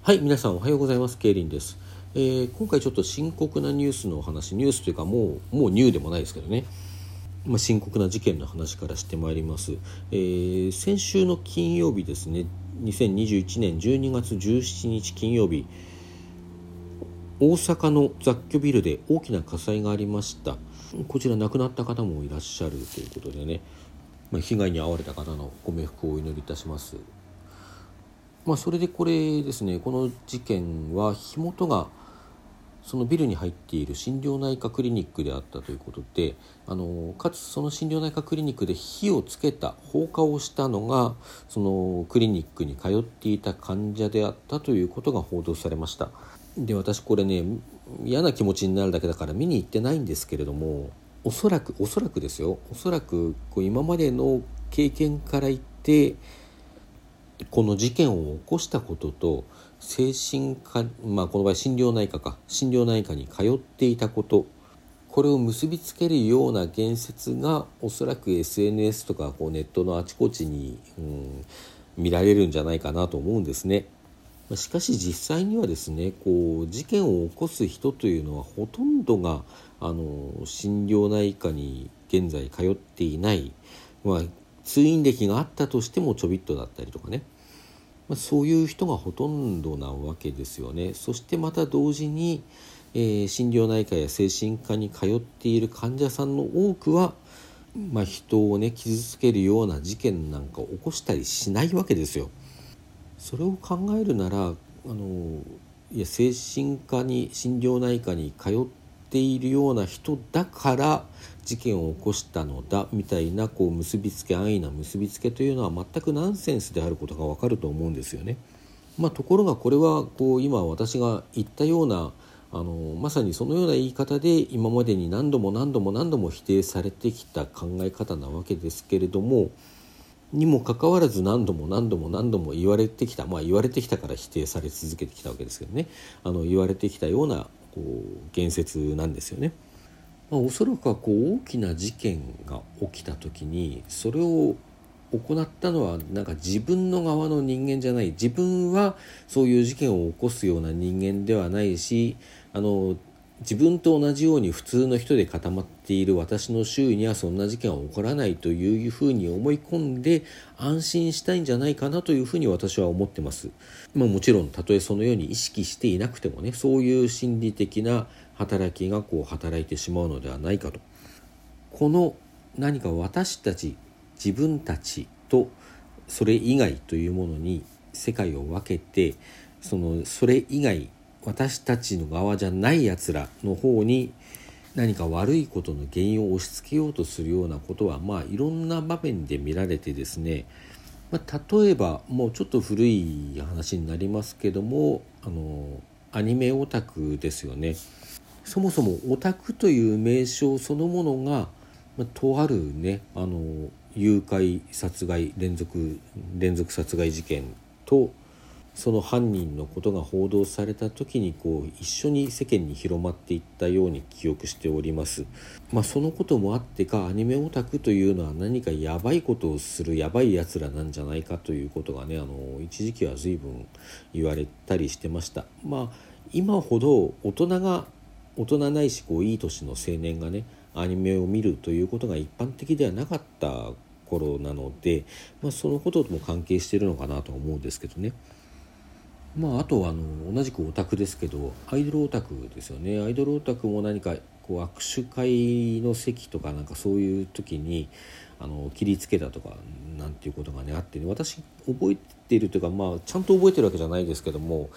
はい、皆さんおはようございます。ケイリンです。今回ちょっと深刻なニュースのお話、ニュースというかもうニューでもないですけどね、深刻な事件の話からしてまいります。先週の金曜日ですね、2021年12月17日金曜日、大阪の雑居ビルで大きな火災がありました。こちら亡くなった方もいらっしゃるということでね、被害に遭われた方のご冥福をお祈りいたします。それでこれですね、この事件は火元がそのビルに入っている心療内科クリニックであったということで、かつその心療内科クリニックで火をつけた放火をしたのがそのクリニックに通っていた患者であったということが報道されました。で、私これね、嫌な気持ちになるだけだから見に行ってないんですけれども、おそらくですよ、おそらく今までの経験から言ってこの事件を起こしたことと精神科、この場合心療内科に通っていたこと、これを結びつけるような言説がおそらく SNS とかネットのあちこちに、見られるんじゃないかなと思うんですね。しかし実際にはですね、事件を起こす人というのはほとんどが心療内科に現在通っていない、通院歴があったとしてもちょびっとだったりとかね、そういう人がほとんどなわけですよね。そしてまた同時に、心療内科や精神科に通っている患者さんの多くは、人をね傷つけるような事件なんか起こしたりしないわけですよ。それを考えるなら精神科に心療内科に通っているような人だから事件を起こしたのだみたいな安易な結びつけというのは全くナンセンスであることがわかると思うんですよね。ところがこれは今私が言ったようなまさにそのような言い方で今までに何度も否定されてきた考え方なわけですけれども、にもかかわらず何度も言われてきた、言われてきたから否定され続けてきたわけですけどね、言われてきたような言説なんですよね。おそらくは大きな事件が起きた時にそれを行ったのは自分の側の人間じゃない、自分はそういう事件を起こすような人間ではないし、自分と同じように普通の人で固まっている私の周囲にはそんな事件は起こらないというふうに思い込んで安心したいんじゃないかなというふうに私は思ってます。もちろんたとえそのように意識していなくてもね、そういう心理的な働きが働いてしまうのではないかと。この何か私たち、自分たちとそれ以外というものに世界を分けて、それ以外私たちの側じゃないやつらの方に何か悪いことの原因を押し付けようとするようなことはいろんな場面で見られてですね、例えばもうちょっと古い話になりますけども、アニメオタクですよね。そもそもオタクという名称そのものが、とあるね誘拐殺害連続殺害事件とその犯人のことが報道された時に一緒に世間に広まっていったように記憶しております。そのこともあってかアニメオタクというのは何かやばいことをするやばいやつらなんじゃないかということがね、一時期は随分言われたりしてました。今ほど大人ないしいい年の青年がねアニメを見るということが一般的ではなかった頃なので、そのこととも関係しているのかなと思うんですけどね。あとは同じくオタクですけどアイドルオタクですよね。アイドルオタクも何か握手会の席とかそういう時に切りつけたとかなんていうことがねあってね、私覚えているというかちゃんと覚えてるわけじゃないですけども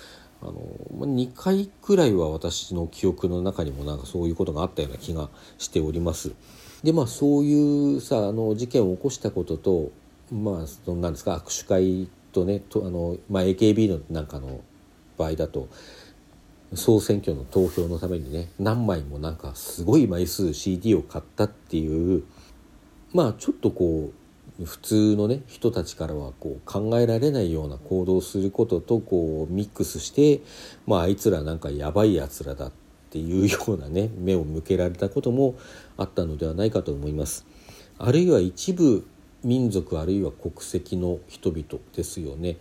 2回くらいは私の記憶の中にもそういうことがあったような気がしております。でそういう事件を起こしたこととなんですか、握手会とねAKB のの場合だと総選挙の投票のためにね何枚もすごい枚数 CD を買ったっていうちょっと普通のね人たちからは考えられないような行動をすることとミックスしてあいつらやばいやつらだっていうようなね目を向けられたこともあったのではないかと思います。あるいは一部民族あるいは国籍の人々ですよね。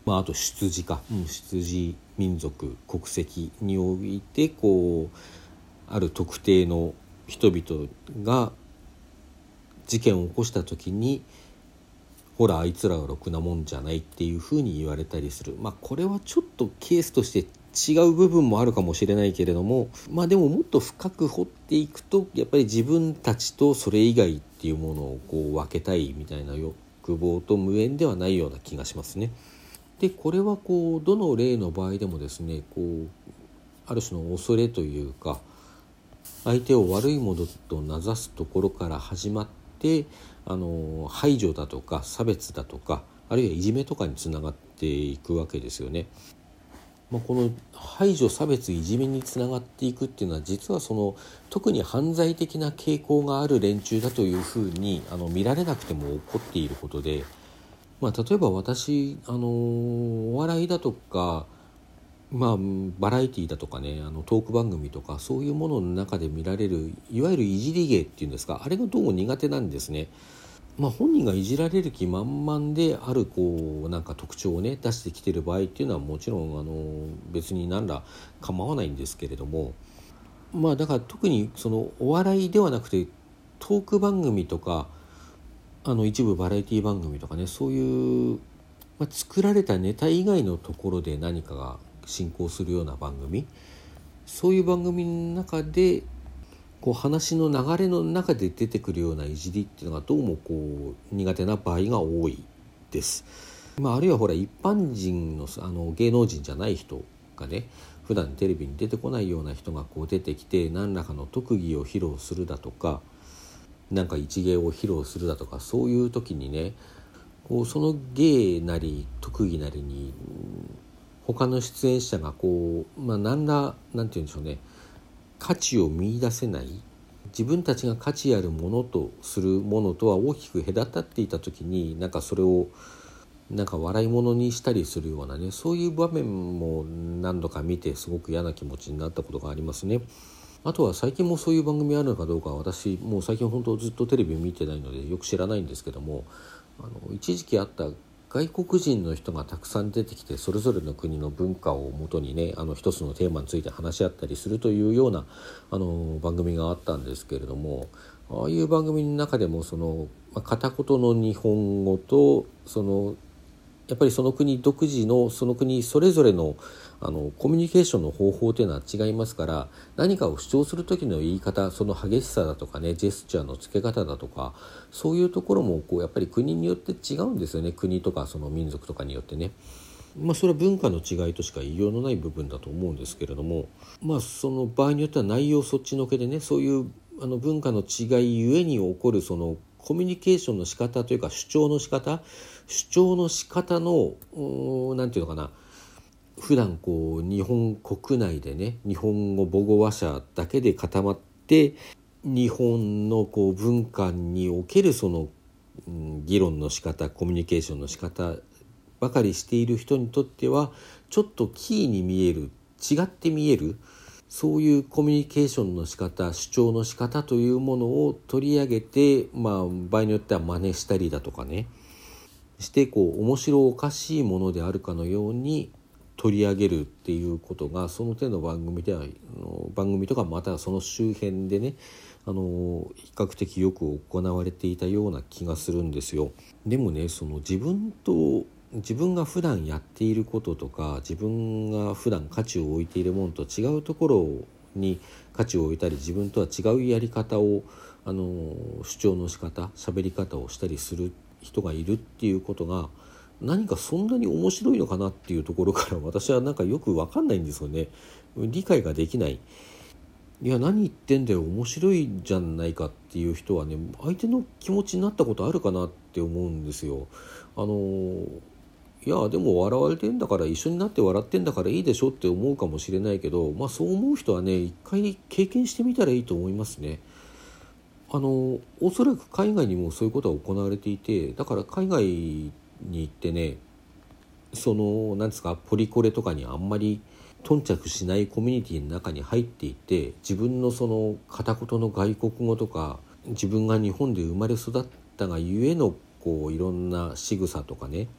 あと出自民族国籍においてこうある特定の人々が事件を起こした時にほらあいつらはろくなもんじゃないっていうふうに言われたりする。これはちょっとケースとして違う部分もあるかもしれないけれども、でももっと深く掘っていくとやっぱり自分たちとそれ以外っていうものをこう分けたいみたいな欲望と無縁ではないような気がしますね。でこれはこうどの例の場合でもですねこうある種の恐れというか相手を悪いものと名指すところから始まって排除だとか差別だとかあるいはいじめとかにつながっていくわけですよね。この排除差別いじめにつながっていくっていうのは実は特に犯罪的な傾向がある連中だというふうに見られなくても起こっていることで、例えば私お笑いだとかバラエティだとかねトーク番組とかそういうものの中で見られるいわゆるいじり芸っていうんですか、あれがどうも苦手なんですね。本人がいじられる気満々であるなんか特徴をね出してきてる場合っていうのはもちろん別に何ら構わないんですけれども、だから特にお笑いではなくてトーク番組とか一部バラエティ番組とかねそういう、作られたネタ以外のところで何かが進行するような番組、そういう番組の中で話の流れの中で出てくるようないじりっていうのがどうも苦手な場合が多いです。あるいはほら一般人の芸能人じゃない人がね普段テレビに出てこないような人が出てきて何らかの特技を披露するだとかなんか一芸を披露するだとかそういう時にねその芸なり特技なりに他の出演者が何らなんて言うんでしょうね価値を見出せない自分たちが価値あるものとするものとは大きく隔たっていた時になんかそれをなんか笑い物にしたりするようなねそういう場面も何度か見てすごく嫌な気持ちになったことがありますね。あとは最近もそういう番組あるのかどうか私もう最近本当ずっとテレビ見てないのでよく知らないんですけども一時期あった外国人の人がたくさん出てきてそれぞれの国の文化をもとにね一つのテーマについて話し合ったりするというような番組があったんですけれども、ああいう番組の中でも片言の日本語とやっぱりその国独自のその国それぞれのコミュニケーションの方法というのは違いますから、何かを主張する時の言い方その激しさだとかねジェスチャーの付け方だとかそういうところもやっぱり国によって違うんですよね。国とかその民族とかによってね。それは文化の違いとしか言いようのない部分だと思うんですけれども、その場合によっては内容そっちのけでねそういう文化の違いゆえに起こるコミュニケーションの仕方というか主張の仕方のなんていうのかな、普段日本国内でね日本語母語話者だけで固まって日本の文化における議論の仕方コミュニケーションの仕方ばかりしている人にとってはちょっとキーに見える違って見えるそういうコミュニケーションの仕方主張の仕方というものを取り上げて、場合によっては真似したりだとかねして面白おかしいものであるかのように取り上げるっていうことがその手の番組では番組とかまたはその周辺でね比較的よく行われていたような気がするんですよ。でもね自分が普段やっていることとか自分が普段価値を置いているものと違うところに価値を置いたり自分とは違うやり方を主張の仕方喋り方をしたりする人がいるっていうことが何かそんなに面白いのかなっていうところから私はなんかよく分かんないんですよね。理解ができない。いや何言ってんだよ面白いじゃないかっていう人はね相手の気持ちになったことあるかなって思うんですよ。いやでも笑われてんだから一緒になって笑ってんだからいいでしょって思うかもしれないけど、そう思う人はね一回経験してみたらいいと思いますね。おそらく海外にもそういうことは行われていてだから海外に行ってねなんですかポリコレとかにあんまり頓着しないコミュニティの中に入っていて自分の片言の外国語とか自分が日本で生まれ育ったがゆえのいろんな仕草とかね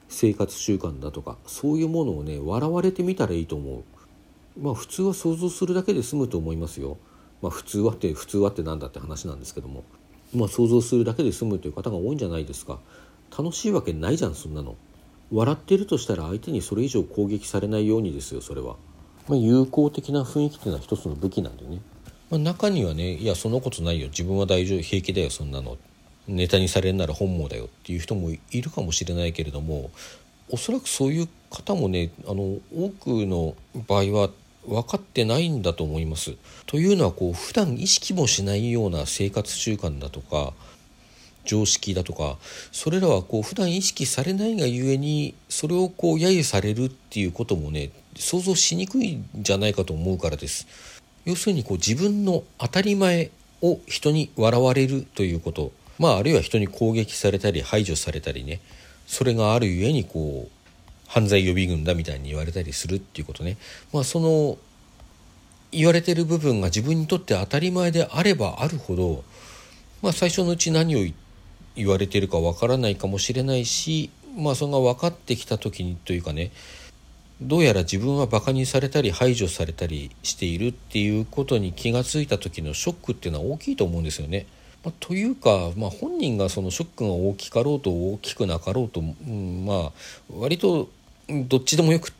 生活習慣だとかそういうものをね笑われてみたらいいと思う。普通は想像するだけで済むと思いますよ。普通はってなんだって話なんですけども、想像するだけで済むという方が多いんじゃないですか。楽しいわけないじゃんそんなの。笑ってるとしたら相手にそれ以上攻撃されないようにですよそれは。友好的な雰囲気というのは一つの武器なんでね。中にはねいやそんなことないよ自分は大丈夫平気だよそんなのネタにされるなら本望だよっていう人もいるかもしれないけれども、おそらくそういう方もね多くの場合は分かってないんだと思います。というのは普段意識もしないような生活習慣だとか常識だとかそれらは普段意識されないがゆえにそれを揶揄されるっていうこともね想像しにくいんじゃないかと思うからです。要するに自分の当たり前を人に笑われるということ、あるいは人に攻撃されたり排除されたりね、それがあるゆえに犯罪予備軍だみたいに言われたりするっていうことね。その言われてる部分が自分にとって当たり前であればあるほど、最初のうち何を言われているかわからないかもしれないし、それが分かってきた時にというかね、どうやら自分はバカにされたり排除されたりしているっていうことに気がついた時のショックっていうのは大きいと思うんですよね。というか、本人がそのショックが大きかろうと大きくなかろうと、割とどっちでもよくって、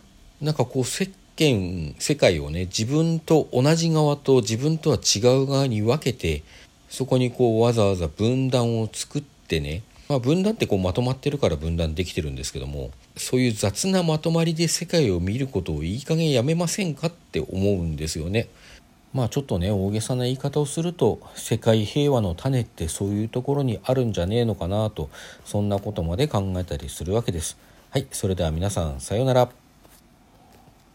世界をね自分と同じ側と自分とは違う側に分けて、そこにわざわざ分断を作ってね、分断ってまとまってるから分断できてるんですけども、そういう雑なまとまりで世界を見ることをいい加減やめませんかって思うんですよね。ちょっとね大げさな言い方をすると、世界平和の種ってそういうところにあるんじゃねえのかなと、そんなことまで考えたりするわけです。はい、それでは皆さんさようなら。